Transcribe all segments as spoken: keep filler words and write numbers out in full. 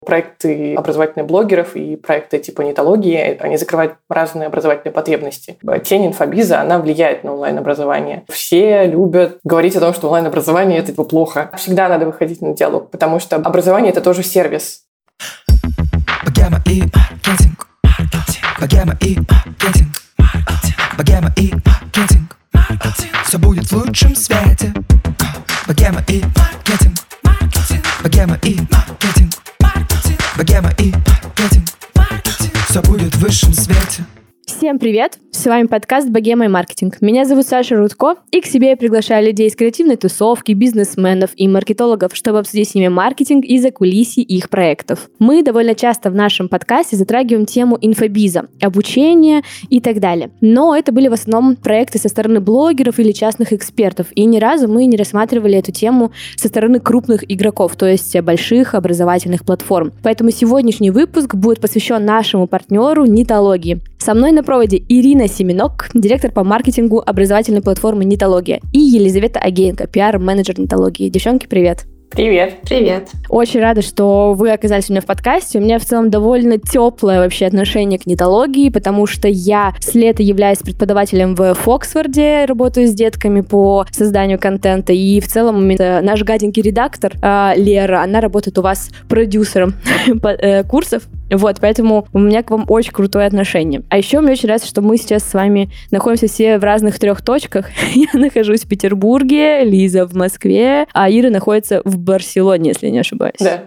проекты образовательных блогеров и проекты типа нетологии, они закрывают разные образовательные потребности. Тень инфобиза, она влияет на онлайн-образование. Все любят говорить о том, что онлайн-образование – это типа плохо. Всегда надо выходить на диалог, потому что образование – это тоже сервис. Богема и маркетинг. Богема и маркетинг. Богема и маркетинг. Все будет в лучшем свете. Богема и маркетинг. Богема и маркетинг. Богема и маркетинг. Все будет в высшем свете. Всем привет! С вами подкаст «Богема и маркетинг». Меня зовут Саша Рудко, и к себе я приглашаю людей из креативной тусовки, бизнесменов и маркетологов, чтобы обсудить с ними маркетинг и закулисье их проектов. Мы довольно часто в нашем подкасте затрагиваем тему инфобиза, обучения и так далее. Но это были в основном проекты со стороны блогеров или частных экспертов, и ни разу мы не рассматривали эту тему со стороны крупных игроков, то есть больших образовательных платформ. Поэтому сегодняшний выпуск будет посвящен нашему партнеру нетологии. Со мной на проводе Ирина Семенок, директор по маркетингу образовательной платформы «Нетология», и Елизавета Агеенко, пиар-менеджер «Нетологии». Девчонки, привет! Привет. Привет. Очень рада, что вы оказались у меня в подкасте. У меня в целом довольно теплое вообще отношение к нетологии, потому что я с лета являюсь преподавателем в Фоксфорде, работаю с детками по созданию контента, и в целом наш гаденький редактор Лера, она работает у вас продюсером курсов. Вот, поэтому у меня к вам очень крутое отношение. А еще мне очень нравится, что мы сейчас с вами находимся все в разных трех точках. Я нахожусь в Петербурге, Лиза в Москве, а Ира находится в Барселоне, если не ошибаюсь. Да.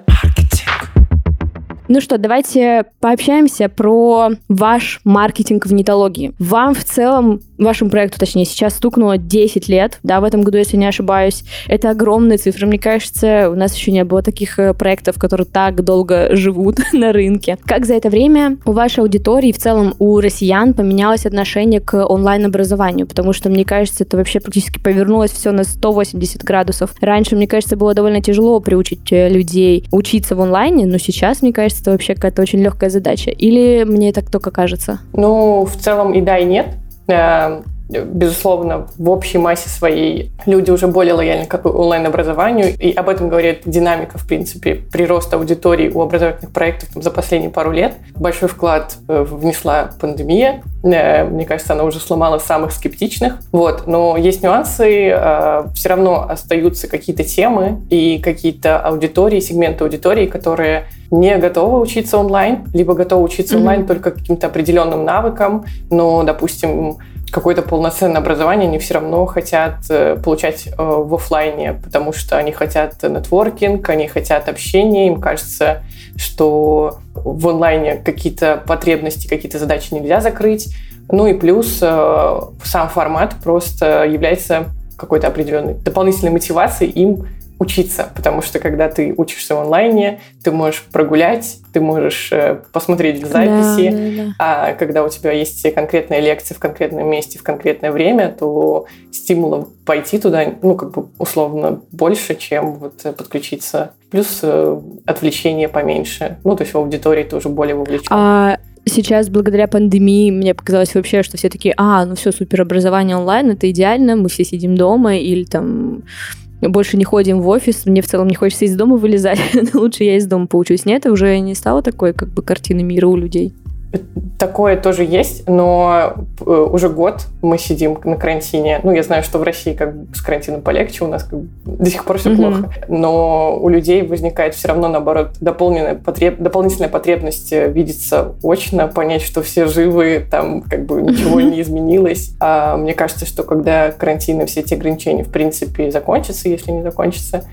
Ну что, давайте пообщаемся про ваш маркетинг в нетологии. Вам в целом, вашему проекту, точнее, сейчас стукнуло десять лет, да, в этом году, если не ошибаюсь. Это огромные цифры. Мне кажется, у нас еще не было таких проектов, которые так долго живут на рынке. Как за это время у вашей аудитории, в целом у россиян, поменялось отношение к онлайн-образованию? Потому что, мне кажется, это вообще практически повернулось все на сто восемьдесят градусов. Раньше, мне кажется, было довольно тяжело приучить людей учиться в онлайне, но сейчас, мне кажется, это вообще какая-то очень легкая задача. Или мне так только кажется? Ну, в целом и да, и нет. Безусловно, в общей массе своей люди уже более лояльны к онлайн-образованию, и об этом говорит динамика, в принципе, прироста аудитории у образовательных проектов за последние пару лет. Большой вклад внесла пандемия. Мне кажется, она уже сломала самых скептичных. Вот. Но есть нюансы, все равно остаются какие-то темы и какие-то аудитории, сегменты аудитории, которые не готовы учиться онлайн, либо готовы учиться mm-hmm. онлайн только каким-то определенным навыкам, но, допустим, какое-то полноценное образование они все равно хотят получать в офлайне, потому что они хотят нетворкинг, они хотят общения, им кажется, что в онлайне какие-то потребности, какие-то задачи нельзя закрыть. Ну и плюс сам формат просто является какой-то определенной дополнительной мотивацией им учиться, потому что когда ты учишься в онлайне, ты можешь прогулять, ты можешь посмотреть в записи, да, да, да. А когда у тебя есть конкретная лекция в конкретном месте в конкретное время, то стимулов пойти туда, ну, как бы условно больше, чем вот подключиться. Плюс отвлечение поменьше. Ну, то есть в аудитории ты уже более вовлечен. А... Сейчас, благодаря пандемии, мне показалось вообще, что все такие, а, ну все, супер, образование онлайн, это идеально, мы все сидим дома или там больше не ходим в офис, мне в целом не хочется из дома вылезать, лучше я из дома поучусь. Нет, уже не стало такой, как бы, картины мира у людей. Такое тоже есть, но уже год мы сидим на карантине. Ну, я знаю, что в России как бы с карантином полегче, у нас как бы до сих пор все mm-hmm. плохо. Но у людей возникает все равно, наоборот, дополненная потреб... дополнительная потребность видеться очно, понять, что все живы, там как бы ничего не изменилось. А мне кажется, что когда карантин и все эти ограничения, в принципе, закончатся, если не закончатся,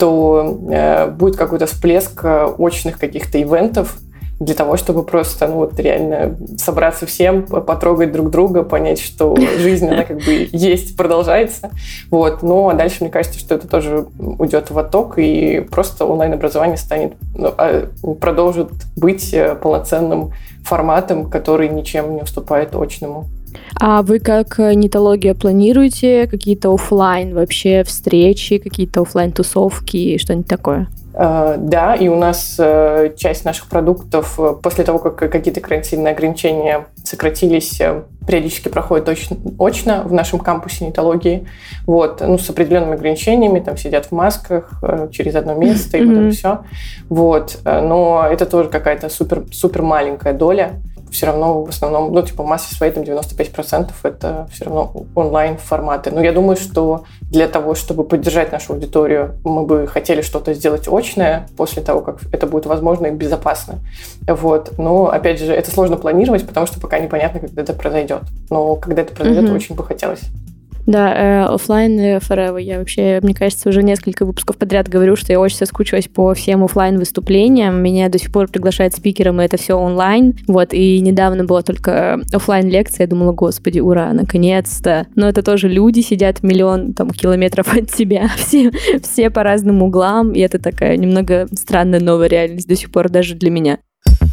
то э, будет какой-то всплеск очных каких-то ивентов, для того, чтобы просто, ну вот реально собраться всем, потрогать друг друга, понять, что жизнь, она как бы есть, продолжается. Вот. Но дальше, мне кажется, что это тоже уйдет в отток, и просто онлайн-образование станет, ну, продолжит быть полноценным форматом, который ничем не уступает очному. А вы как нетология планируете какие-то офлайн вообще встречи, какие-то офлайн тусовки, что-нибудь такое? Да, и у нас часть наших продуктов после того, как какие-то карантинные ограничения сократились, периодически проходит очно, очно в нашем кампусе нетологии. Вот, ну, с определенными ограничениями, там сидят в масках через одно место, и mm-hmm. вот это все. Вот, но это тоже какая-то супер, супер маленькая доля. Все равно в основном, ну, типа, в массе своей там девяносто пять процентов это все равно онлайн-форматы. Но я думаю, что для того, чтобы поддержать нашу аудиторию, мы бы хотели что-то сделать очное после того, как это будет возможно и безопасно. Вот. Но, опять же, это сложно планировать, потому что пока непонятно, когда это произойдет. Но когда это произойдет, mm-hmm. очень бы хотелось. Да, э, офлайн forever. Я вообще, мне кажется, уже несколько выпусков подряд говорю, что я очень соскучилась по всем офлайн выступлениям. Меня до сих пор приглашают спикером, и это все онлайн. Вот, и недавно была только офлайн лекция. Я думала, господи, ура, наконец-то. Но это тоже люди сидят миллион там, километров от тебя. Все, все по разным углам. И это такая немного странная новая реальность до сих пор даже для меня.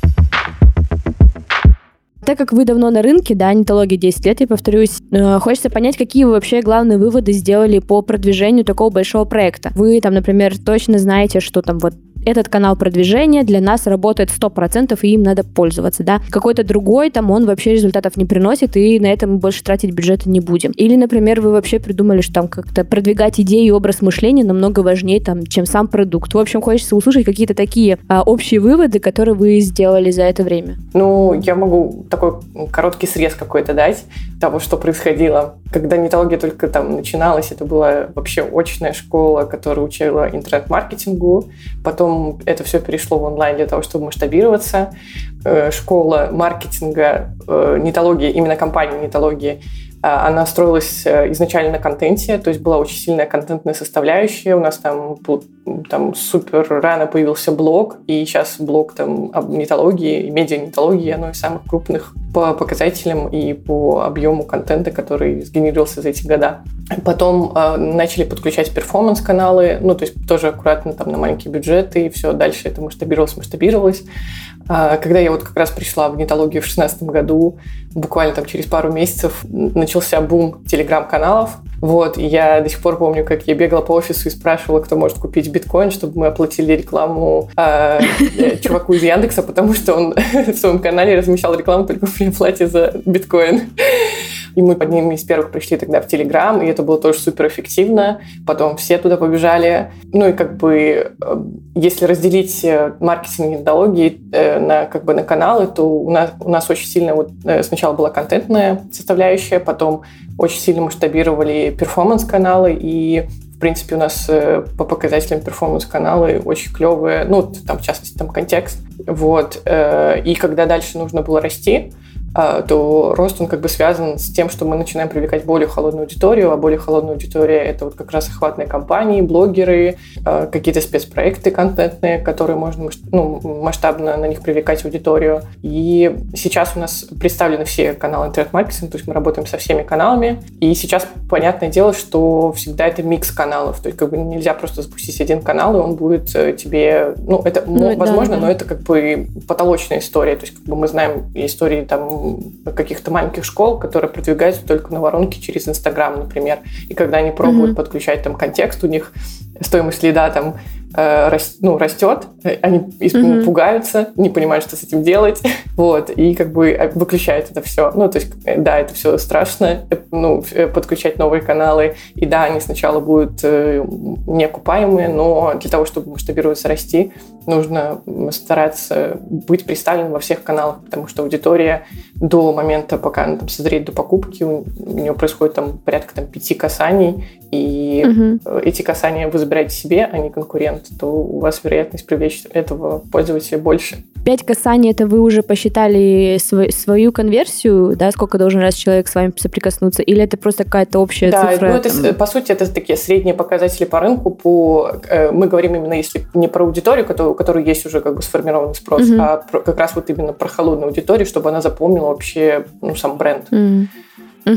Так как вы давно на рынке, да, нетология десять лет, я повторюсь, э, хочется понять, какие вы вообще главные выводы сделали по продвижению такого большого проекта. Вы там, например, точно знаете, что там вот этот канал продвижения для нас работает сто процентов, и им надо пользоваться, да. Какой-то другой, там, он вообще результатов не приносит, и на этом мы больше тратить бюджета не будем. Или, например, вы вообще придумали, что там как-то продвигать идеи и образ мышления намного важнее, там, чем сам продукт. В общем, хочется услышать какие-то такие а, общие выводы, которые вы сделали за это время. Ну, я могу такой короткий срез какой-то дать того, что происходило. Когда нетология только там начиналась, это была вообще очная школа, которая учила интернет-маркетингу. Потом это все перешло в онлайн для того, чтобы масштабироваться. Школа маркетинга нетологии, именно компания нетологии, она строилась изначально на контенте, то есть была очень сильная контентная составляющая. У нас там, там супер рано появился блог, и сейчас блог там об нетологии и медиа-нетологии, оно из самых крупных по показателям и по объему контента, который сгенерировался за эти года. Потом э, начали подключать перформанс-каналы, ну, то есть тоже аккуратно там на маленькие бюджеты, и все, дальше это масштабировалось, масштабировалось. А, когда я вот как раз пришла в нетологию в две тысячи шестнадцатом году, буквально там через пару месяцев начался бум телеграм-каналов. Вот, и я до сих пор помню, как я бегала по офису и спрашивала, кто может купить биткоин, чтобы мы оплатили рекламу э, чуваку из Яндекса, потому что он в своем канале размещал рекламу только при оплате за биткоин. И мы под ними из первых пришли тогда в Телеграм, и это было тоже суперэффективно. Потом все туда побежали. Ну и как бы, если разделить маркетинг и нетологии на, как бы, на каналы, то у нас, у нас очень сильно вот сначала была контентная составляющая, потом очень сильно масштабировали перформанс-каналы, и в принципе, у нас по показателям перформанс-каналы очень клевые, ну, там, в частности, там, контекст. Вот. И когда дальше нужно было расти, то рост, он как бы связан с тем, что мы начинаем привлекать более холодную аудиторию, а более холодная аудитория – это вот как раз охватные компании, блогеры, какие-то спецпроекты контентные, которые можно, ну, масштабно на них привлекать аудиторию. И сейчас у нас представлены все каналы интернет-маркетинга, то есть мы работаем со всеми каналами. И сейчас понятное дело, что всегда это микс каналов, то есть как бы нельзя просто запустить один канал, и он будет тебе… Ну, это ну, возможно, да, да. но это как бы потолочная история. То есть как бы мы знаем истории там каких-то маленьких школ, которые продвигаются только на воронке через Инстаграм, например. И когда они пробуют mm-hmm. подключать там контекст, у них стоимость лида там э, рас, ну, растет, они mm-hmm. пугаются, не понимают, что с этим делать, вот, и как бы выключают это все. Ну, то есть, да, это все страшно, ну, подключать новые каналы, и да, они сначала будут э, неокупаемые, но для того, чтобы масштабироваться, расти, нужно стараться быть представленным во всех каналах, потому что аудитория до момента, пока она там созреет до покупки, у, у нее происходит там порядка там, пяти касаний, и угу. эти касания вы забираете себе, а не конкурент, то у вас вероятность привлечь этого пользователя больше. Пять касаний, это вы уже посчитали свой, свою конверсию, да, сколько должен раз человек с вами соприкоснуться, или это просто какая-то общая да, цифра? Да, ну, по сути, это такие средние показатели по рынку. По, э, мы говорим именно если не про аудиторию, которую, у которой есть уже как бы сформированный спрос, угу. а про, как раз вот именно про холодную аудиторию, чтобы она запомнила вообще ну, сам бренд. Угу. Угу.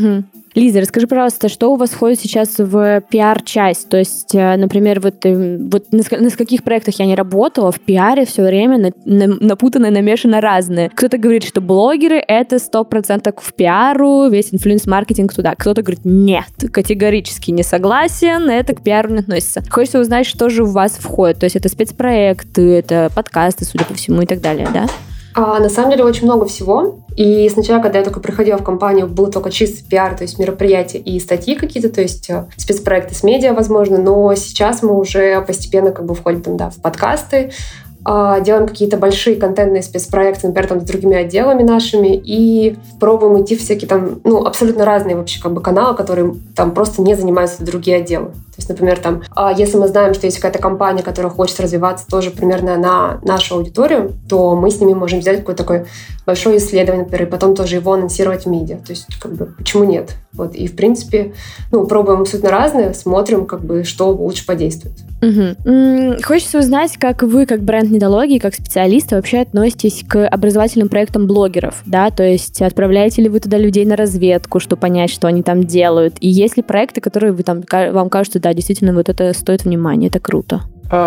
Лиза, расскажи, пожалуйста, что у вас входит сейчас в пиар-часть? То есть, например, вот, вот на, на каких проектах я не работала, в пиаре все время на, на, напутано, намешано разное. Кто-то говорит, что блогеры — это сто процентов в пиару, весь инфлюенс-маркетинг туда. Кто-то говорит, нет, категорически не согласен, это к пиару не относится. Хочется узнать, что же у вас входит. То есть это спецпроекты, это подкасты, судя по всему, и так далее, да? А, на самом деле очень много всего. И сначала, когда я только приходила в компанию, был только чистый пиар, то есть мероприятия и статьи какие-то, то есть спецпроекты с медиа, возможно. Но сейчас мы уже постепенно как бы входим там, да, в подкасты, делаем какие-то большие контентные спецпроекты, например, там, с другими отделами нашими, и пробуем идти в всякие там, ну, абсолютно разные вообще как бы каналы, которые там просто не занимаются другие отделы. То есть, например, там, если мы знаем, что есть какая-то компания, которая хочет развиваться тоже примерно на нашу аудиторию, то мы с ними можем взять какое-то такое большое исследование, например, и потом тоже его анонсировать в медиа. То есть, как бы, почему нет? Вот, и, в принципе, ну, пробуем абсолютно разные, смотрим, как бы, что лучше подействует. Угу. Хочется узнать, как вы, как бренд Нетологии, как специалисты, вообще относитесь к образовательным проектам блогеров, да, то есть отправляете ли вы туда людей на разведку, чтобы понять, что они там делают, и есть ли проекты, которые вы там, вам кажутся, да, действительно, вот это стоит внимания, это круто?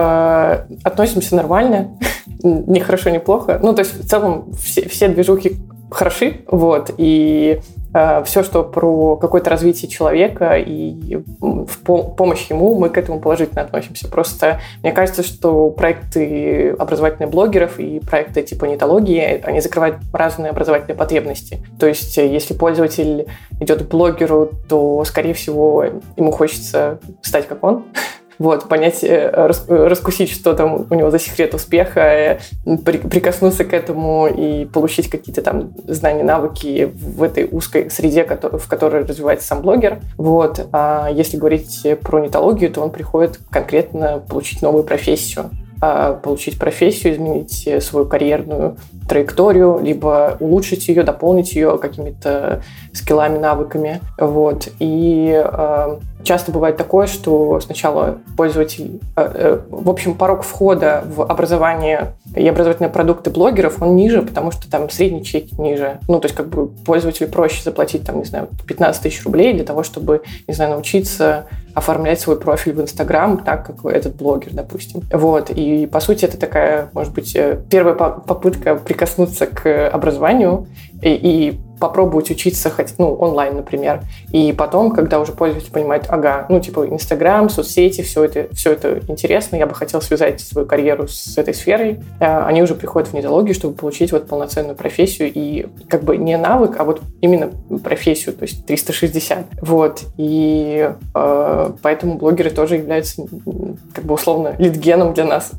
Относимся нормально, не хорошо, не плохо. Ну, то есть, в целом, все, все движухи хороши, вот, и э, все, что про какое-то развитие человека и в пом- помощь ему, мы к этому положительно относимся. Просто мне кажется, что проекты образовательных блогеров и проекты типа Нетологии, они закрывают разные образовательные потребности. То есть, если пользователь идет к блогеру, то, скорее всего, ему хочется стать как он. Вот, понять, раскусить, что там у него за секрет успеха, прикоснуться к этому и получить какие-то там знания, навыки в этой узкой среде, в которой развивается сам блогер. Вот. А если говорить про нетологию, то он приходит конкретно получить новую профессию. Получить профессию, изменить свою карьерную траекторию, либо улучшить ее, дополнить ее какими-то скиллами, навыками. Вот. И э, часто бывает такое, что сначала пользователь... Э, э, в общем, порог входа в образование и образовательные продукты блогеров, он ниже, потому что там средний чек ниже. Ну, то есть, как бы пользователю проще заплатить, там, не знаю, пятнадцать тысяч рублей для того, чтобы, не знаю, научиться оформлять свой профиль в Инстаграм, так, как этот блогер, допустим. Вот. И, по сути, это такая, может быть, первая попытка прикоснуться к образованию и, и попробовать учиться хоть, ну, онлайн, например. И потом, когда уже пользователь понимает, ага, ну, типа, Инстаграм, соцсети, все это, все это интересно, я бы хотел связать свою карьеру с этой сферой, они уже приходят в нетологию, чтобы получить вот полноценную профессию и как бы не навык, а вот именно профессию, то есть триста шестьдесят. Вот. И э, поэтому блогеры тоже являются как бы условно лидгеном для нас.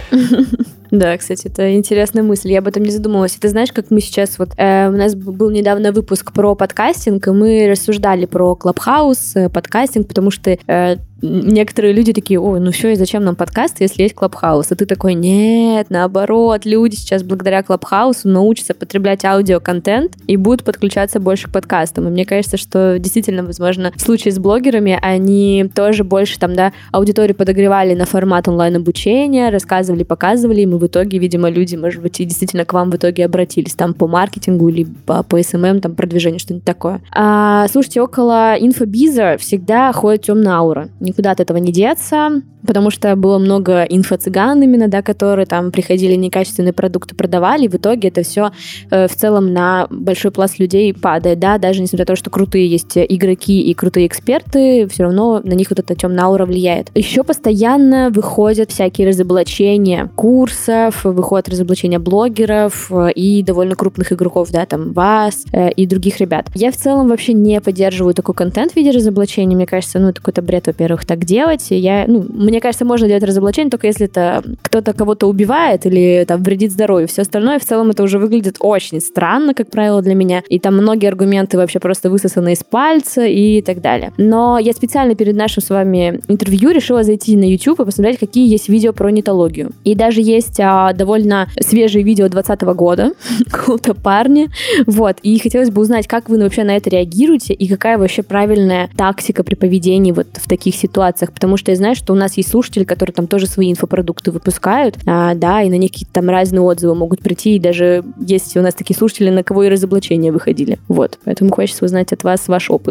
Да, кстати, это интересная мысль. Я об этом не задумывалась. И ты знаешь, как мы сейчас вот... Э, у нас был недавно выпуск про подкастинг, и мы рассуждали про Клабхаус, подкастинг, потому что э, некоторые люди такие, ой, ну все, и зачем нам подкаст, если есть Клабхаус? А ты такой, нет, наоборот, люди сейчас благодаря Клабхаусу научатся потреблять аудиоконтент и будут подключаться больше к подкастам. И мне кажется, что действительно, возможно, в случае с блогерами они тоже больше там, да, аудиторию подогревали на формат онлайн-обучения, рассказывали, показывали, и мы в итоге, видимо, люди, может быть, и действительно к вам в итоге обратились там по маркетингу, либо по эс эм эм, там, продвижению, что-нибудь такое. А, слушайте, около инфобиза всегда ходит темная аура. Никуда от этого не деться, потому что было много инфо-цыган именно, да, которые там приходили, некачественные продукты продавали, и в итоге это все э, в целом на большой пласт людей падает, да, даже несмотря на то, что крутые есть игроки и крутые эксперты, все равно на них вот эта темная аура влияет. Еще постоянно выходят всякие разоблачения курсов, выходят разоблачения блогеров и довольно крупных игроков, да, там вас э, и других ребят. Я в целом вообще не поддерживаю такой контент в виде разоблачений, мне кажется, ну, это какой-то бред, во-первых, так делать. Я, ну, мне кажется, можно делать разоблачение только если это кто-то кого-то убивает или там вредит здоровью. Все остальное в целом это уже выглядит очень странно, как правило, для меня. И там многие аргументы вообще просто высосаны из пальца и так далее. Но я специально перед нашим с вами интервью решила зайти на YouTube и посмотреть, какие есть видео про нетологию. И даже есть а, довольно свежие видео двадцатого года какого-то парня. Вот. И хотелось бы узнать, как вы вообще на это реагируете и какая вообще правильная тактика при поведении вот в таких ситуациях, потому что я знаю, что у нас есть слушатели, которые там тоже свои инфопродукты выпускают, а, да, и на них какие-то там разные отзывы могут прийти, и даже есть у нас такие слушатели, на кого и разоблачения выходили. Вот, поэтому хочется узнать от вас ваш опыт.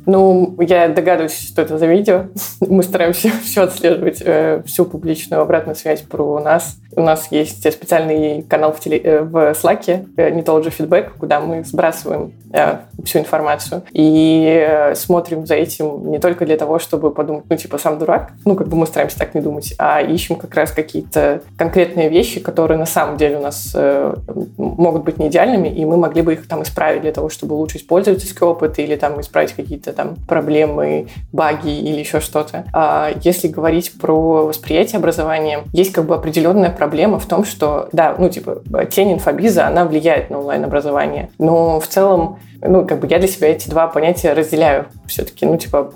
Ну, я догадываюсь, что это за видео. Мы стараемся все отслеживать, э, всю публичную обратную связь про нас. У нас есть специальный канал в, теле, э, в Slack, э, Nitology Feedback, куда мы сбрасываем э, всю информацию. И э, смотрим за этим не только для того, чтобы подумать, ну, типа, сам дурак. Ну, как бы мы стараемся так не думать, а ищем как раз какие-то конкретные вещи, которые на самом деле у нас э, могут быть не идеальными, и мы могли бы их там исправить для того, чтобы улучшить пользовательский опыт или там исправить какие-то там проблемы, баги или еще что-то. А если говорить про восприятие образования, есть как бы определенная проблема в том, что, да, ну, типа, тень инфобиза, она влияет на онлайн-образование, но в целом, ну, как бы я для себя эти два понятия разделяю все-таки. Ну, типа,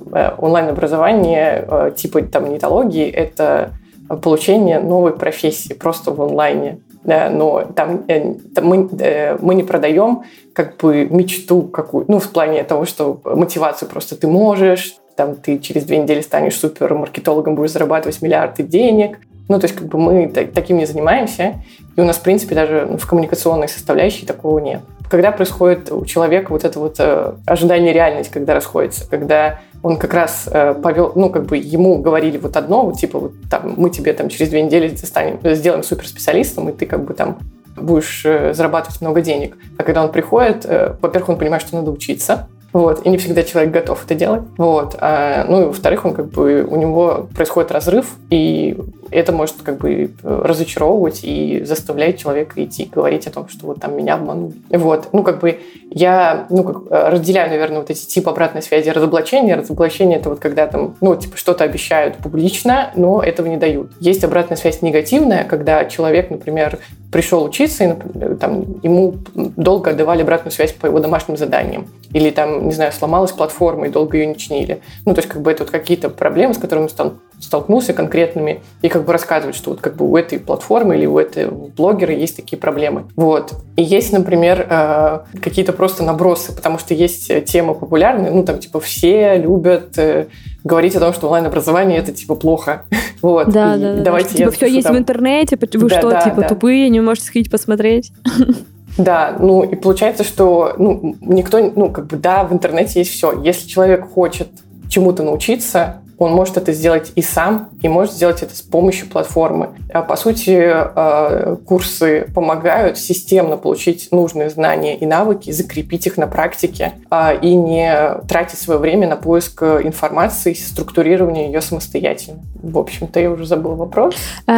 онлайн-образование типа там нитологии — это получение новой профессии просто в онлайне. Да, но там, там мы, мы не продаем как бы мечту какую, ну, в плане того, что мотивацию просто ты можешь, там ты через две недели станешь супермаркетологом, будешь зарабатывать миллиарды денег. Ну, то есть как бы мы таким не занимаемся, и у нас, в принципе, даже в коммуникационной составляющей такого нет. Когда происходит у человека вот это вот э, ожидание реальность, когда расходится, когда он как раз э, повел, ну, как бы ему говорили вот одно, вот типа вот там мы тебе там через две недели станем, сделаем суперспециалистом, и ты как бы там будешь э, зарабатывать много денег. А когда он приходит, э, во-первых, он понимает, что надо учиться, вот, и не всегда человек готов это делать. Вот. А, ну и во-вторых, он как бы у него происходит разрыв, и это может как бы разочаровывать и заставлять человека идти говорить о том, что вот там меня обманули. Вот. Ну, как бы я ну, как, разделяю, наверное, вот эти типы обратной связи. Разоблачение. Разоблачение — это вот когда там, ну, типа, что-то обещают публично, но этого не дают. Есть обратная связь негативная, когда человек, например, пришел учиться, и там, ему долго отдавали обратную связь по его домашним заданиям. Или там, не знаю, сломалась платформа, и долго ее не чинили. Ну, то есть, как бы это вот какие-то проблемы, с которыми он столкнулся конкретными, и как бы рассказывать, что вот как бы у этой платформы или у этого блогера есть такие проблемы. Вот. И есть, например, какие-то просто набросы, потому что есть темы популярные, ну, там, типа, все любят говорить о том, что онлайн-образование — это, типа, плохо. Вот. Да, да, да. Давайте типа, все есть в интернете, вы что, типа, тупые, не можете сходить посмотреть? Да, ну и получается, что ну, никто, ну как бы да, в интернете есть все. Если человек хочет чему-то научиться, он может это сделать и сам, и может сделать это с помощью платформы. По сути, курсы помогают системно получить нужные знания и навыки, закрепить их на практике и не тратить свое время на поиск информации, структурирование ее самостоятельно. В общем-то, я уже забыла вопрос.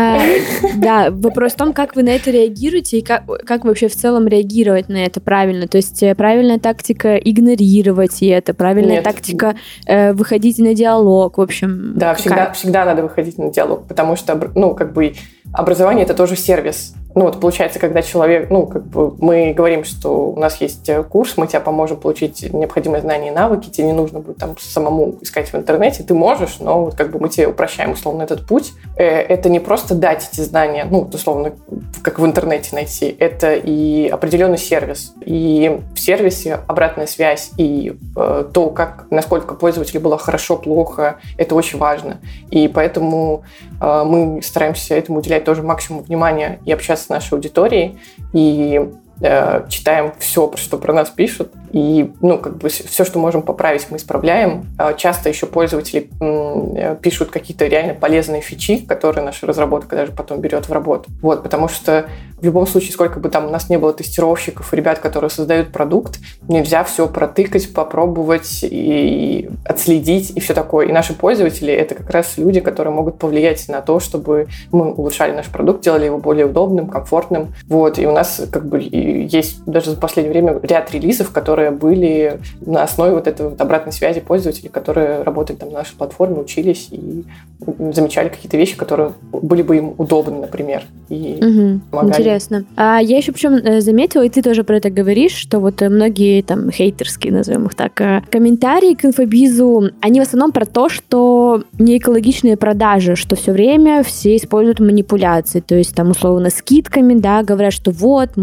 Да, вопрос в том, как вы на это реагируете и как вообще в целом реагировать на это правильно. То есть правильная тактика игнорировать это, правильная тактика выходить на диалог. В общем, да, всегда, всегда надо выходить на диалог, потому что, ну, как бы образование — это тоже сервис. Ну, вот получается, когда человек, ну, как бы мы говорим, что у нас есть курс, мы тебе поможем получить необходимые знания и навыки, тебе не нужно будет там самому искать в интернете, ты можешь, но вот как бы мы тебе упрощаем условно этот путь. Это не просто дать эти знания, ну, условно, как в интернете найти, это и определенный сервис. И в сервисе обратная связь и э, то, как, насколько пользователю было хорошо, плохо, это очень важно. И поэтому э, мы стараемся этому уделять тоже максимум внимания и общаться с нашей аудиторией, и э, читаем все, что про нас пишут, и ну, как бы все, что можем поправить, мы исправляем. Э, часто еще пользователи э, пишут какие-то реально полезные фичи, которые наша разработка даже потом берет в работу. Вот, потому что в любом случае, сколько бы там у нас не было тестировщиков и ребят, которые создают продукт, нельзя все протыкать, попробовать и отследить, и все такое. И наши пользователи — это как раз люди, которые могут повлиять на то, чтобы мы улучшали наш продукт, делали его более удобным, комфортным. Вот. И у нас как бы есть даже за последнее время ряд релизов, которые были на основе вот этой вот обратной связи пользователей, которые работали там на нашей платформе, учились и замечали какие-то вещи, которые были бы им удобны, например, и угу. помогали. Интересно. А я еще причем заметила, и ты тоже про это говоришь, что вот многие там хейтерские, назовем их так, комментарии к инфобизу, они в основном про то, что не экологичные продажи, что все время все используют манипуляции, то есть там условно скидками, да, говорят, что вот, мы там скидываем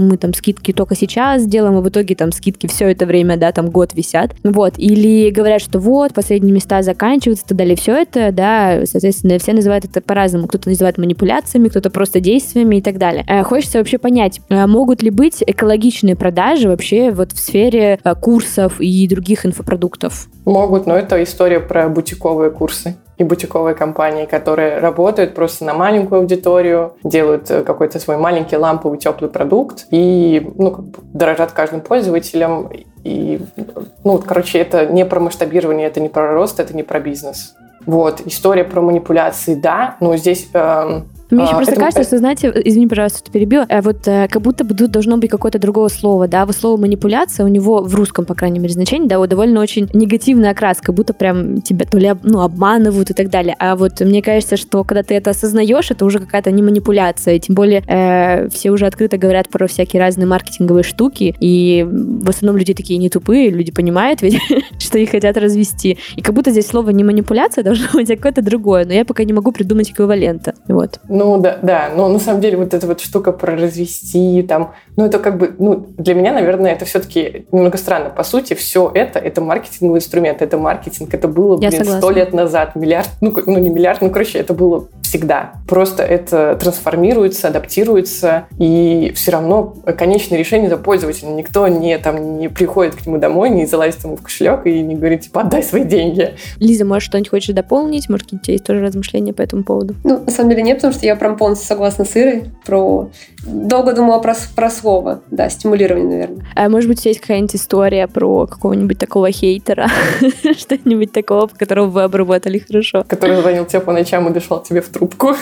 скидки только сейчас делаем, и в итоге там скидки все это время, да, там год висят. Вот. Или говорят, что вот, последние места заканчиваются, и так далее. Все это, да, соответственно, все называют это по-разному. Кто-то называет манипуляциями, кто-то просто действиями и так далее. Хочется вообще понять, могут ли быть экологичные продажи вообще вот в сфере курсов и других инфопродуктов? Могут, но это история про бутиковые курсы и бутиковые компании, которые работают просто на маленькую аудиторию, делают какой-то свой маленький ламповый теплый продукт и, ну, как бы дорожат каждым пользователем. И, ну, короче, это не про масштабирование, это не про рост, это не про бизнес. Вот, история про манипуляции, да, но здесь... Эм, Мне еще а, просто это... кажется, что, знаете, извини, пожалуйста, что перебила, вот как будто бы тут должно быть какое-то другое слово, да, вот слово манипуляция у него в русском, по крайней мере, значении, да, вот довольно очень негативный окрас, как будто прям тебя то ли, ну, обманывают и так далее, а вот мне кажется, что когда ты это осознаешь, это уже какая-то не манипуляция, тем более э, все уже открыто говорят про всякие разные маркетинговые штуки, и в основном люди такие не тупые, люди понимают ведь, что их хотят развести, и как будто здесь слово не манипуляция должно быть, а какое-то другое, но я пока не могу придумать эквивалента, вот. Ну да, да, но на самом деле вот эта вот штука про развести, там, ну это как бы, ну для меня, наверное, это все-таки немного странно. По сути, все это, это маркетинговый инструмент, это маркетинг, это было, блин, сто лет назад, миллиард, ну, ну не миллиард, ну короче, это было всегда. Просто это трансформируется, адаптируется, и все равно конечное решение за пользователя. Никто не, там, не приходит к нему домой, не залазит ему в кошелек и не говорит, типа, отдай свои деньги. Лиза, может, что-нибудь хочешь дополнить? Может, у тебя есть тоже размышления по этому поводу? Ну, на самом деле нет, потому что я прям полностью согласна с Ирой про... Долго думала про, про слово, да, стимулирование, наверное. А может быть, у тебя есть какая-нибудь история про какого-нибудь такого хейтера, что-нибудь такого, которого вы обработали хорошо? Который звонил тебе по ночам и дышал тебе в трубку.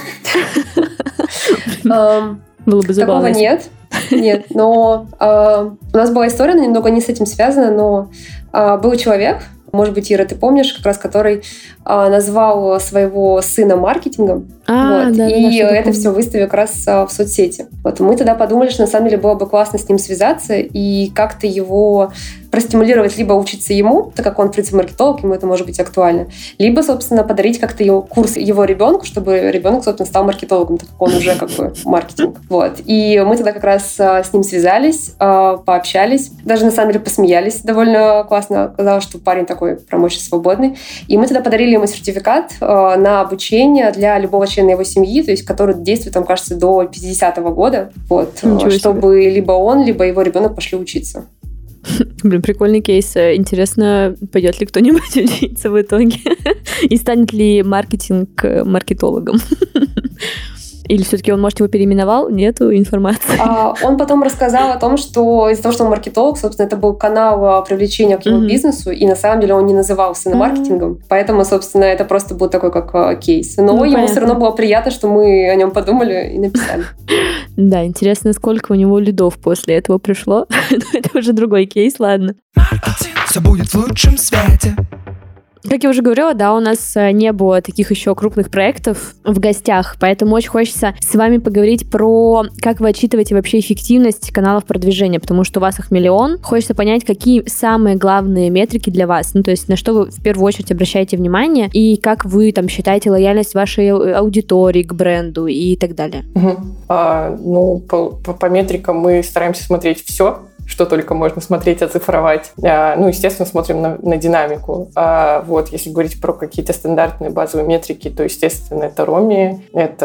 Было бы забавно. Такого нет. Нет, но у нас была история, она немного не с этим связана, но был человек, может быть, Ира, ты помнишь, как раз который а, назвал своего сына маркетингом, а, вот, да, и да, это все выставил как раз а, в соцсети. Вот, мы тогда подумали, что на самом деле было бы классно с ним связаться и как-то его простимулировать, либо учиться ему, так как он, в принципе, маркетолог, ему это может быть актуально, либо, собственно, подарить как-то его курс его ребенку, чтобы ребенок, собственно, стал маркетологом, так как он уже как бы маркетинг. Вот. И мы тогда как раз а, с ним связались, а, пообщались, даже на самом деле посмеялись довольно классно. Оказалось, что парень такой прям очень свободный. И мы тогда подарили ему сертификат а, на обучение для любого члена его семьи, то есть который действует, там, кажется, до пятидесятого года, вот, чтобы либо он, либо его ребенок пошли учиться. Блин, прикольный кейс. Интересно, пойдет ли кто-нибудь учиться в итоге? И станет ли маркетинг маркетологом? Или все-таки он, может, его переименовал? Нету информации. А, он потом рассказал о том, что из-за того, что он маркетолог, собственно, это был канал привлечения к его mm-hmm. бизнесу, и на самом деле он не называл сына mm-hmm. маркетингом. Поэтому, собственно, это просто был такой как кейс. Но ну, ему понятно. Все равно было приятно, что мы о нем подумали и написали. Да, интересно, сколько у него лидов после этого пришло. Это уже другой кейс, ладно. Все будет в лучшем свете. Как я уже говорила, да, у нас не было таких еще крупных проектов в гостях, поэтому очень хочется с вами поговорить про, как вы отчитываете вообще эффективность каналов продвижения, потому что у вас их миллион. Хочется понять, какие самые главные метрики для вас, ну, то есть на что вы в первую очередь обращаете внимание, и как вы там считаете лояльность вашей аудитории к бренду и так далее. Угу. А, ну, по, по, по метрикам мы стараемся смотреть все, что только можно смотреть, оцифровать. А, ну, естественно, смотрим на, на динамику. А, вот, если говорить про какие-то стандартные базовые метрики, то, естественно, это роми,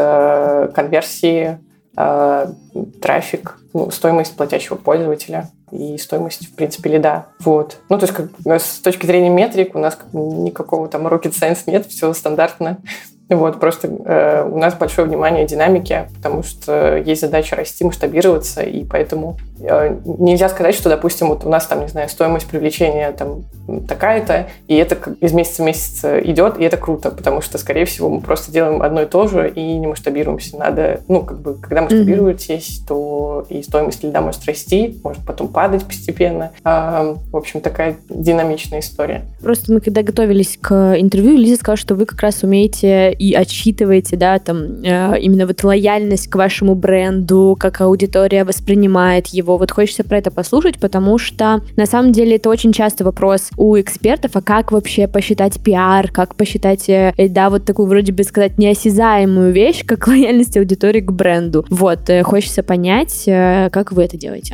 это конверсии, а, трафик, ну, стоимость платящего пользователя и стоимость, в принципе, лида. Вот. Ну, то есть, как, с точки зрения метрик у нас как, никакого там rocket science нет, все стандартно. Вот, просто э, у нас большое внимание динамике, потому что есть задача расти, масштабироваться, и поэтому э, нельзя сказать, что, допустим, вот у нас там, не знаю, стоимость привлечения там такая-то, и это из месяца в месяц идет, и это круто, потому что, скорее всего, мы просто делаем одно и то же и не масштабируемся. Надо, ну, как бы, когда масштабируетесь, mm-hmm. то и стоимость лида может расти, может потом падать постепенно. А, в общем, такая динамичная история. Просто мы, когда готовились к интервью, Лиза сказала, что вы как раз умеете и отсчитываете, да, там, э, именно вот лояльность к вашему бренду, как аудитория воспринимает его. Вот хочется про это послушать, потому что на самом деле это очень часто вопрос у экспертов, а как вообще посчитать пиар, как посчитать, э, да, вот такую вроде бы сказать неосязаемую вещь, как лояльность аудитории к бренду. Вот, э, хочется понять, э, как вы это делаете.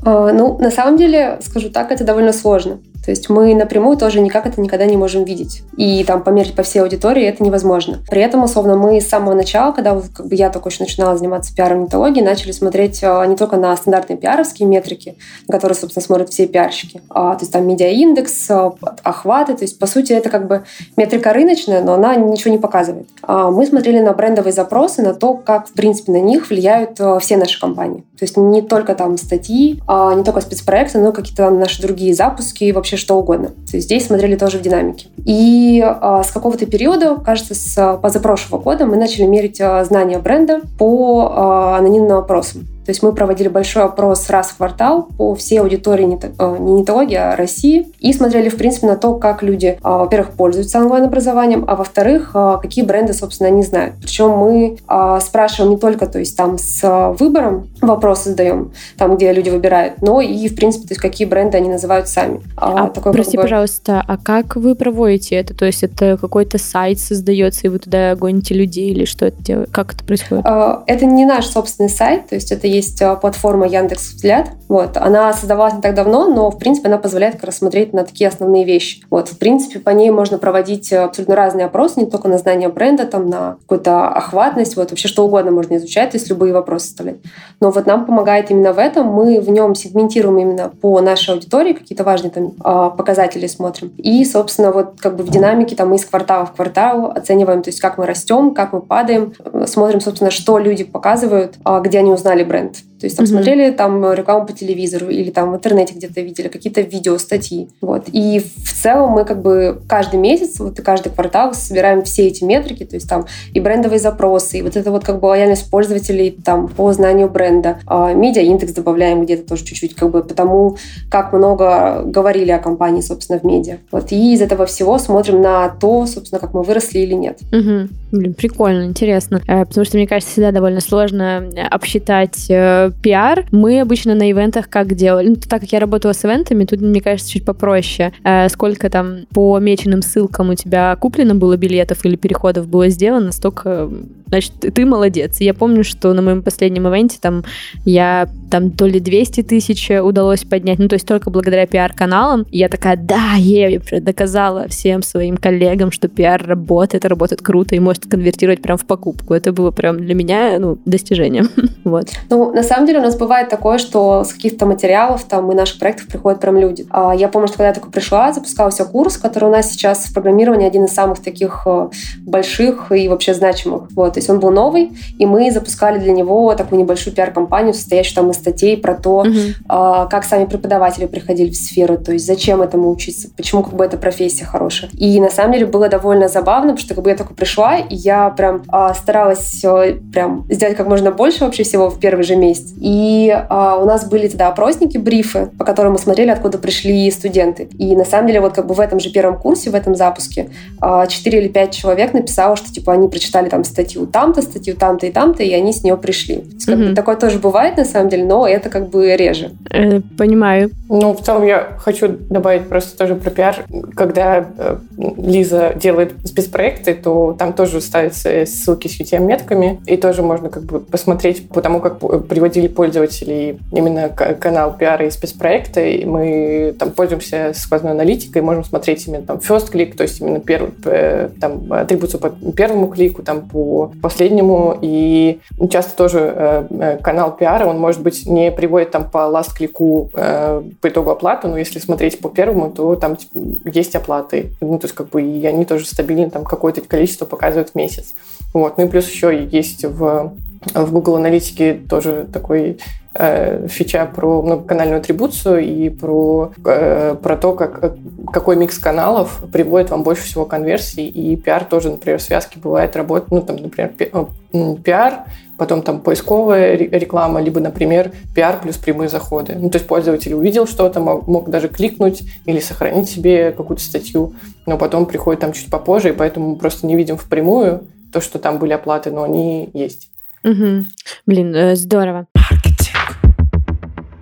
Ну, на самом деле, скажу так, это довольно сложно. То есть мы напрямую тоже никак это никогда не можем видеть. И там померить по всей аудитории это невозможно. При этом, условно, мы с самого начала, когда вот, как бы я только еще начинала заниматься пиаром нетологии, начали смотреть не только на стандартные пиаровские метрики, на которые, собственно, смотрят все пиарщики, а, то есть там медиаиндекс, охваты. То есть, по сути, это как бы метрика рыночная, но она ничего не показывает. А мы смотрели на брендовые запросы, на то, как, в принципе, на них влияют все наши компании. То есть не только там статьи, не только спецпроекты, но какие-то там наши другие запуски и вообще что угодно. То есть здесь смотрели тоже в динамике. И а, с какого-то периода, кажется, с позапрошлого года мы начали мерить а, знания бренда по а, анонимным опросам. То есть мы проводили большой опрос раз в квартал по всей аудитории не, не нетологии, а России. И смотрели, в принципе, на то, как люди, а, во-первых, пользуются онлайн-образованием, а во-вторых, а, какие бренды, собственно, они знают. Причем мы а, спрашиваем не только, то есть там с выбором вопросы задаем, там, где люди выбирают, но и, в принципе, то есть какие бренды они называют сами. А, а такой, прости, как бы... пожалуйста, а как вы проводите это? То есть это какой-то сайт создается, и вы туда гоните людей, или что это делает? Как это происходит? А, это не наш собственный сайт, то есть это есть платформа Яндекс.Взгляд. Вот. Она создавалась не так давно, но, в принципе, она позволяет как раз смотреть на такие основные вещи. Вот. В принципе, по ней можно проводить абсолютно разные опросы, не только на знание бренда, там, на какую-то охватность, вот, вообще что угодно можно изучать, то есть любые вопросы составлять. Но вот нам помогает именно в этом. Мы в нем сегментируем именно по нашей аудитории, какие-то важные там показатели смотрим. И, собственно, вот как бы в динамике там мы из квартала в квартал оцениваем, то есть как мы растем, как мы падаем, смотрим, собственно, что люди показывают, где они узнали бренд. То есть там mm-hmm. смотрели там рекламу по телевизору или там в интернете где-то видели какие-то видео, статьи. Вот. И в целом мы как бы каждый месяц, вот и каждый квартал собираем все эти метрики, то есть там и брендовые запросы, и вот это вот как бы лояльность пользователей там по знанию бренда. А медиаиндекс добавляем где-то тоже чуть-чуть, как бы потому, как много говорили о компании, собственно, в медиа. Вот. И из этого всего смотрим на то, собственно, как мы выросли или нет. Mm-hmm. Блин, прикольно, интересно. Потому что, мне кажется, всегда довольно сложно обсчитать пиар. Мы обычно на ивентах как делали? Ну, так как я работала с ивентами, тут, мне кажется, чуть попроще. Э, сколько там по меченным ссылкам у тебя куплено было билетов или переходов было сделано, столько, значит, ты молодец. И я помню, что на моем последнем ивенте там я там то ли двести тысяч удалось поднять, ну, то есть только благодаря пиар-каналам. И я такая, да, я доказала всем своим коллегам, что пиар работает, работает круто и может конвертировать прям в покупку. Это было прям для меня, ну, достижением. Вот. Ну, на самом деле у нас бывает такое, что с каких-то материалов там и наших проектов приходят прям люди. Я помню, что когда я только пришла, запускался курс, который у нас сейчас в программировании один из самых таких больших и вообще значимых. Вот. То есть он был новый, и мы запускали для него такую небольшую пиар-компанию, состоящую там из статей про то, uh-huh. как сами преподаватели приходили в сферу, то есть зачем этому учиться, почему как бы эта профессия хорошая. И на самом деле было довольно забавно, потому что как бы я только пришла, и я прям старалась прям сделать как можно больше вообще всего в первый же месяц. И а, у нас были тогда опросники, брифы, по которым мы смотрели, откуда пришли студенты. И на самом деле вот как бы в этом же первом курсе, в этом запуске четыре или пять человек написало, что типа они прочитали там статью там-то, статью там-то и там-то, и они с нее пришли. То есть, как mm-hmm. бы, такое тоже бывает на самом деле, но это как бы реже. Э, понимаю. Ну, в целом я хочу добавить просто тоже про пиар. Когда э, Лиза делает спецпроекты, то там тоже ставятся ссылки с ю ти эм-метками, и тоже можно как бы посмотреть по тому, как приводили пользователей именно канал пиара и спецпроекта, и мы там пользуемся сквозной аналитикой, можем смотреть именно там first click, то есть именно первый, там атрибуцию по первому клику, там по последнему, и часто тоже э, канал пиара, он может быть не приводит там по last клику э, по итогу оплату, но если смотреть по первому, то там типа, есть оплаты, ну то есть как бы и они тоже стабильно там какое-то количество показывают в месяц. Вот. Ну и плюс еще есть в В Google Аналитике тоже такой э, фича про многоканальную атрибуцию и про, э, про то, как, какой микс каналов приводит вам больше всего конверсий. И пиар тоже, например, в связке бывает работать, ну, там, например, пиар, потом там поисковая реклама, либо, например, пиар плюс прямые заходы. Ну, то есть пользователь увидел что-то, мог, мог даже кликнуть или сохранить себе какую-то статью, но потом приходит там чуть попозже, и поэтому мы просто не видим впрямую то, что там были оплаты, но они есть. Угу. Блин, здорово.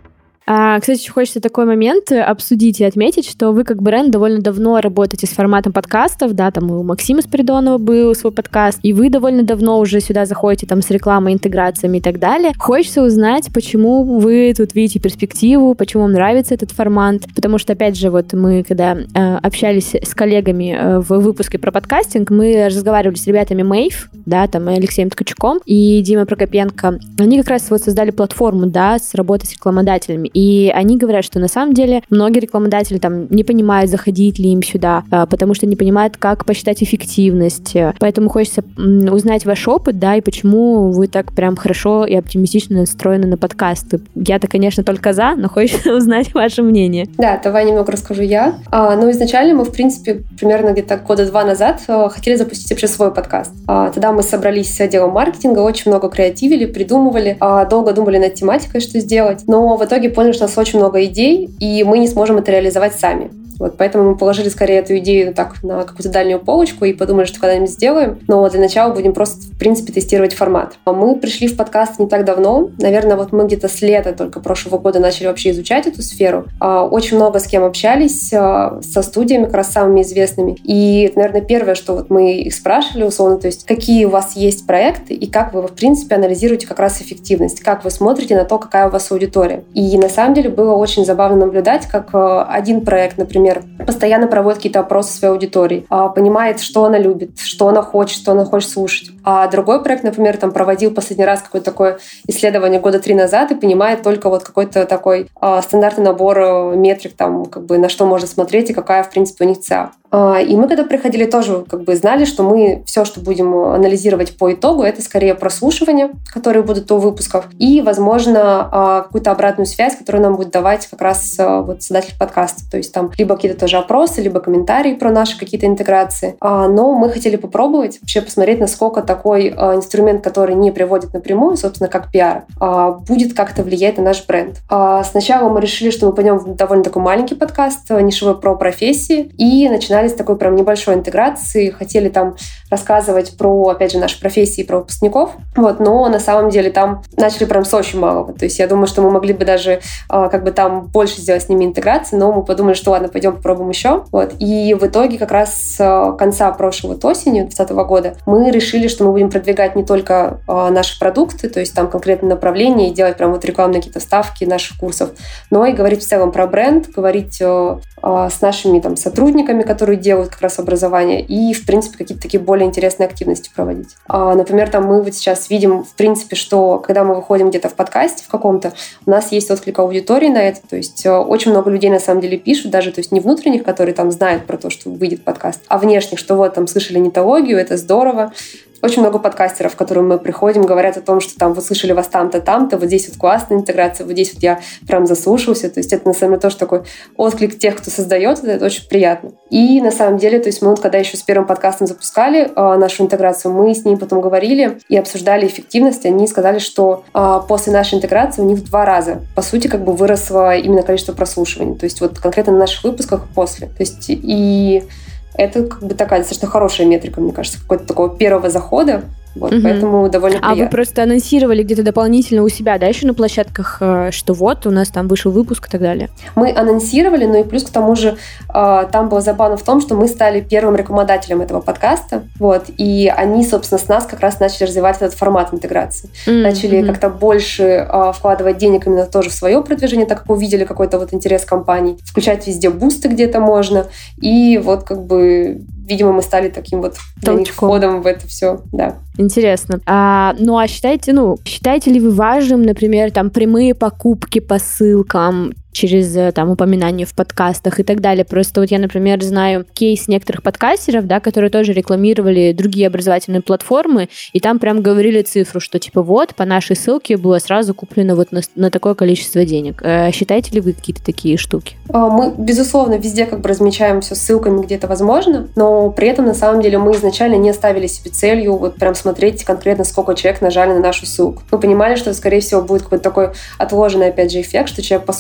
А, кстати, еще хочется такой момент обсудить и отметить, что вы как бренд довольно давно работаете с форматом подкастов, да, там у Максима Спиридонова был свой подкаст, и вы довольно давно уже сюда заходите там с рекламой, интеграциями и так далее. Хочется узнать, почему вы тут видите перспективу, почему вам нравится этот формат, потому что, опять же, вот мы, когда э, общались с коллегами э, в выпуске про подкастинг, мы разговаривали с ребятами Мэйв, да, там Алексеем Ткачуком и Димой Прокопенко. Они как раз вот создали платформу, да, с работой с рекламодателями, и они говорят, что на самом деле многие рекламодатели там не понимают, заходить ли им сюда, э, потому что не понимают, как посчитать эффективность. Поэтому хочется м, узнать ваш опыт, да, и почему вы так прям хорошо и оптимистично настроены на подкасты. Я-то, конечно, только за, но хочется узнать ваше мнение. Да, давай немного расскажу я. А, ну, изначально мы, в принципе, примерно где-то года два назад а, хотели запустить вообще свой подкаст. А, тогда мы собрались с отделом маркетинга, очень много креативили, придумывали, а, долго думали над тематикой, что сделать, но в итоге поняли, что у нас очень много идей, и мы не сможем это реализовать сами. Вот, поэтому мы положили скорее эту идею так на какую-то дальнюю полочку и подумали, что когда-нибудь сделаем. Но для начала будем просто, в принципе, тестировать формат. Мы пришли в подкаст не так давно. Наверное, вот мы где-то с лета только прошлого года начали вообще изучать эту сферу. Очень много с кем общались, со студиями, как раз самыми известными. И это, наверное, первое, что вот мы их спрашивали условно, то есть какие у вас есть проекты и как вы, в принципе, анализируете как раз эффективность, как вы смотрите на то, какая у вас аудитория. И на самом деле было очень забавно наблюдать, как один проект, например, постоянно проводит какие-то опросы своей аудитории, понимает, что она любит, что она хочет, что она хочет слушать. А другой проект, например, там проводил последний раз какое-то такое исследование года три назад и понимает только вот какой-то такой а, стандартный набор метрик, там, как бы, на что можно смотреть и какая, в принципе, у них цель. А, и мы, когда приходили, тоже как бы знали, что мы все, что будем анализировать по итогу, это скорее прослушивания, которые будут у выпусков, и, возможно, а, какую-то обратную связь, которую нам будет давать как раз а, вот создатель подкаста. То есть там либо какие-то тоже опросы, либо комментарии про наши какие-то интеграции. А, но мы хотели попробовать вообще посмотреть, насколько такой а, инструмент, который не приводит напрямую, собственно, как пиар, а, будет как-то влиять на наш бренд. А, сначала мы решили, что мы пойдем в довольно такой маленький подкаст, нишевой про профессии, и начинали с такой прям небольшой интеграции, хотели там рассказывать про, опять же, наши профессии, про выпускников, вот, но на самом деле там начали прям с очень малого. То есть я думаю, что мы могли бы даже а, как бы там больше сделать с ними интеграции, но мы подумали, что ладно, пойдем попробуем еще. Вот. И в итоге как раз с конца прошлого вот осени двадцатого года мы решили, что мы будем продвигать не только а, наши продукты, то есть там конкретное направление и делать прям вот рекламные какие-то ставки наших курсов, но и говорить в целом про бренд, говорить а, а, с нашими там сотрудниками, которые делают как раз образование, и, в принципе, какие-то такие более интересные активности проводить. А, например, там мы вот сейчас видим, в принципе, что когда мы выходим где-то в подкасте в каком-то, у нас есть отклик аудитории на это, то есть очень много людей на самом деле пишут, даже то есть не внутренних, которые там знают про то, что выйдет подкаст, а внешних, что вот там слышали нетологию, это здорово. Очень много подкастеров, к которым мы приходим, говорят о том, что там вы слышали вас там-то, там-то, вот здесь вот классная интеграция, вот здесь вот я прям заслушался. То есть это на самом деле тоже такой отклик тех, кто создает, это, это очень приятно. И на самом деле, то есть мы вот когда еще с первым подкастом запускали э, нашу интеграцию, мы с ними потом говорили и обсуждали эффективность. Они сказали, что э, после нашей интеграции у них в два раза, по сути, как бы выросло именно количество прослушиваний. То есть вот конкретно на наших выпусках после. То есть и это как бы такая достаточно хорошая метрика, мне кажется, какого-то такого первого захода. Вот, угу. Поэтому довольно приятно. А вы просто анонсировали где-то дополнительно у себя, да, еще на площадках, что вот, у нас там вышел выпуск и так далее? Мы анонсировали, но и плюс к тому же там было забавно в том, что мы стали первым рекламодателем этого подкаста, вот, и они, собственно, с нас как раз начали развивать этот формат интеграции. Mm-hmm. Начали mm-hmm. как-то больше вкладывать денег именно тоже в свое продвижение, так как увидели какой-то вот интерес компаний, включать везде бусты где-то можно, и вот как бы... Видимо, мы стали таким вот для них входом в это все, да. Интересно. А, ну, а считаете, ну, считаете ли вы важным, например, там, прямые покупки по ссылкам через там упоминания в подкастах и так далее? Просто вот я, например, знаю кейс некоторых подкастеров, да, которые тоже рекламировали другие образовательные платформы, и там прям говорили цифру, что типа вот, по нашей ссылке было сразу куплено вот на, на такое количество денег. А считаете ли вы какие-то такие штуки? Мы, безусловно, везде как бы размечаем все ссылками, где это возможно, но при этом, на самом деле, мы изначально не ставили себе целью вот прям смотреть конкретно, сколько человек нажали на нашу ссылку. Мы понимали, что, скорее всего, будет какой-то такой отложенный, опять же, эффект, что человек послушает один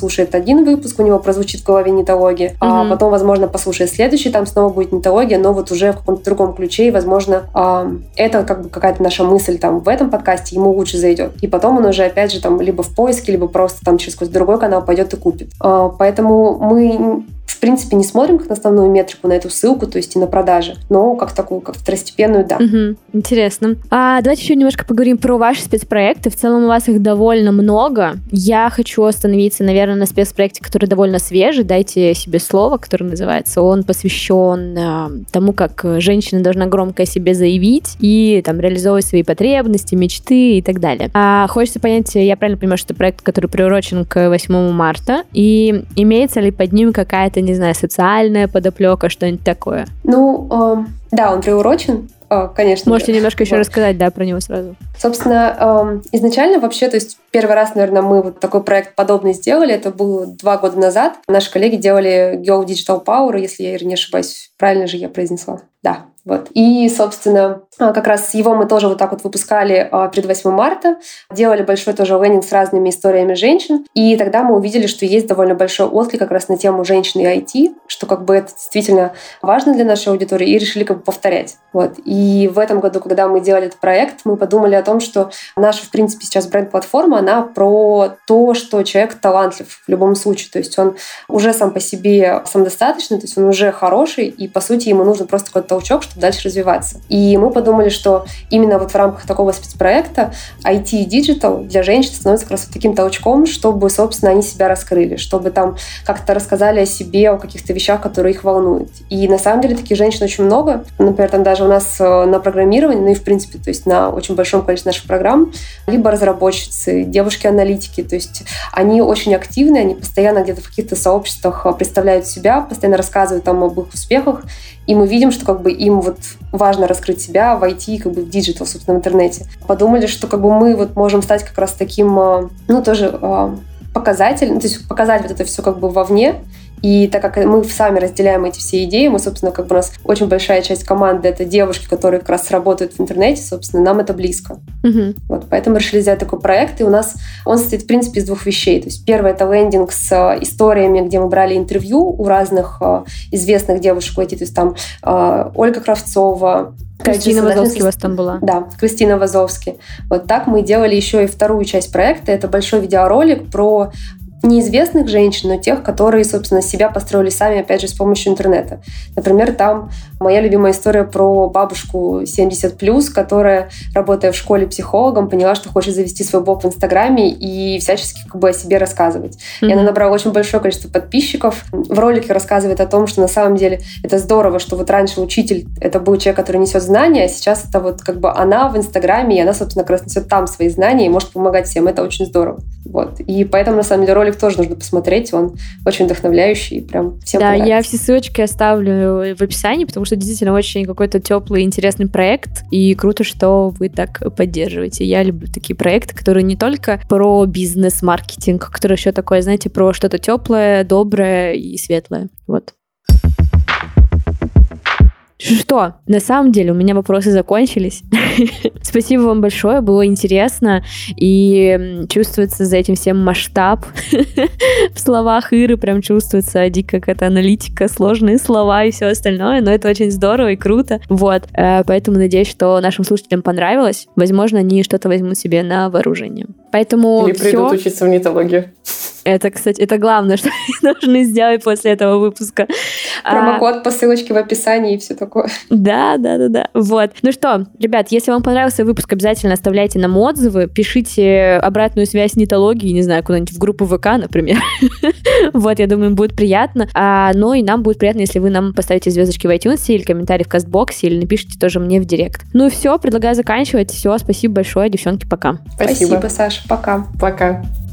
один выпуск, у него прозвучит в голове нетология, mm-hmm. а потом, возможно, послушает следующий, там снова будет нетология, но вот уже в каком-то другом ключе, и, возможно, это как бы какая-то наша мысль там в этом подкасте ему лучше зайдет. И потом он уже, опять же, там либо в поиске, либо просто там через какой-то другой канал пойдет и купит. Поэтому мы в принципе, не смотрим как на основную метрику, на эту ссылку, то есть и на продажи, но как такую, как второстепенную, да. Угу, интересно. А давайте еще немножко поговорим про ваши спецпроекты. В целом у вас их довольно много. Я хочу остановиться, наверное, на спецпроекте, который довольно свежий. Дайте себе слово, которое называется. Он посвящен э, тому, как женщина должна громко о себе заявить и там реализовывать свои потребности, мечты и так далее. А хочется понять, я правильно понимаю, что это проект, который приурочен к восьмому марта, и имеется ли под ним какая-то, не знаю, социальная подоплека, что-нибудь такое? Ну, э, да, он приурочен, э, конечно. Можете да. немножко еще вот. рассказать, да, про него сразу. Собственно, э, изначально вообще, то есть первый раз, наверное, мы вот такой проект подобный сделали, это было два года назад. Наши коллеги делали Girl Digital Power, если я не ошибаюсь, правильно же я произнесла? Да. Вот. И, собственно, как раз его мы тоже вот так вот выпускали перед восьмым марта, делали большой тоже лендинг с разными историями женщин, и тогда мы увидели, что есть довольно большой отклик как раз на тему женщин и ай ти, что как бы это действительно важно для нашей аудитории, и решили как бы повторять. Вот. И в этом году, когда мы делали этот проект, мы подумали о том, что наша, в принципе, сейчас бренд-платформа, она про то, что человек талантлив в любом случае, то есть он уже сам по себе самодостаточный, то есть он уже хороший, и, по сути, ему нужен просто какой-то толчок, чтобы дальше развиваться. И мы подумали, что именно вот в рамках такого спецпроекта ай ти и диджитал для женщин становится как раз вот таким толчком, чтобы, собственно, они себя раскрыли, чтобы там как-то рассказали о себе, о каких-то вещах, которые их волнуют. И на самом деле таких женщин очень много. Например, там даже у нас на программировании, ну и в принципе, то есть на очень большом количестве наших программ, либо разработчицы, девушки-аналитики, то есть они очень активны, они постоянно где-то в каких-то сообществах представляют себя, постоянно рассказывают там об их успехах, и мы видим, что как бы им вот важно раскрыть себя в ай ти, как бы в диджитал, собственно, в интернете. Подумали, что как бы мы вот можем стать как раз таким, ну, тоже показателем, то есть показать вот это все как бы вовне. И так как мы сами разделяем эти все идеи, мы, собственно, как бы у нас очень большая часть команды — это девушки, которые как раз работают в интернете, собственно, нам это близко. Uh-huh. Вот, поэтому решили сделать такой проект, и у нас он состоит, в принципе, из двух вещей. То есть первое — это лендинг с историями, где мы брали интервью у разных э, известных девушек в ай ти, то есть там э, Ольга Кравцова, Кристина Вазовски у вас там была. Да, Кристина Вазовски. Вот так мы делали еще и вторую часть проекта. Это большой видеоролик про неизвестных женщин, но тех, которые, собственно, себя построили сами, опять же, с помощью интернета. Например, там моя любимая история про бабушку семьдесят плюс, которая, работая в школе психологом, поняла, что хочет завести свой блог в Инстаграме и всячески как бы о себе рассказывать. Mm-hmm. И она набрала очень большое количество подписчиков. В ролике рассказывает о том, что на самом деле это здорово, что вот раньше учитель — это был человек, который несет знания, а сейчас это вот как бы она в Инстаграме, и она, собственно, как раз несет там свои знания и может помогать всем. Это очень здорово. Вот. И поэтому, на самом деле, ролик тоже нужно посмотреть, он очень вдохновляющий, прям всем да, понравится. Я все ссылочки оставлю в описании, потому что действительно очень какой-то теплый, интересный проект, и круто, что вы так поддерживаете. Я люблю такие проекты, которые не только про бизнес-маркетинг, которые еще такое, знаете, про что-то теплое, доброе и светлое. Вот. Что? На самом деле у меня вопросы закончились. Спасибо вам большое, было интересно, и чувствуется за этим всем масштаб. В словах Иры прям чувствуется дико какая-то аналитика, сложные слова и все остальное, но это очень здорово и круто. Вот, поэтому надеюсь, что нашим слушателям понравилось. Возможно, они что-то возьмут себе на вооружение. Поэтому Или придут всё. учиться в нетологию. Это, кстати, это главное, что вы должны сделать после этого выпуска. Промокод по ссылочке в описании и все такое. Да, да, да, да. Вот. Ну что, ребят, если вам понравился выпуск, обязательно оставляйте нам отзывы, пишите обратную связь нетологии, не знаю, куда-нибудь в группу ВК, например. Вот, я думаю, им будет приятно. А, ну и нам будет приятно, если вы нам поставите звездочки в iTunes или комментарий в Кастбоксе, или напишите тоже мне в директ. Ну и все, предлагаю заканчивать. Все, спасибо большое, девчонки, пока. Спасибо, Спасибо Саша, пока. Пока.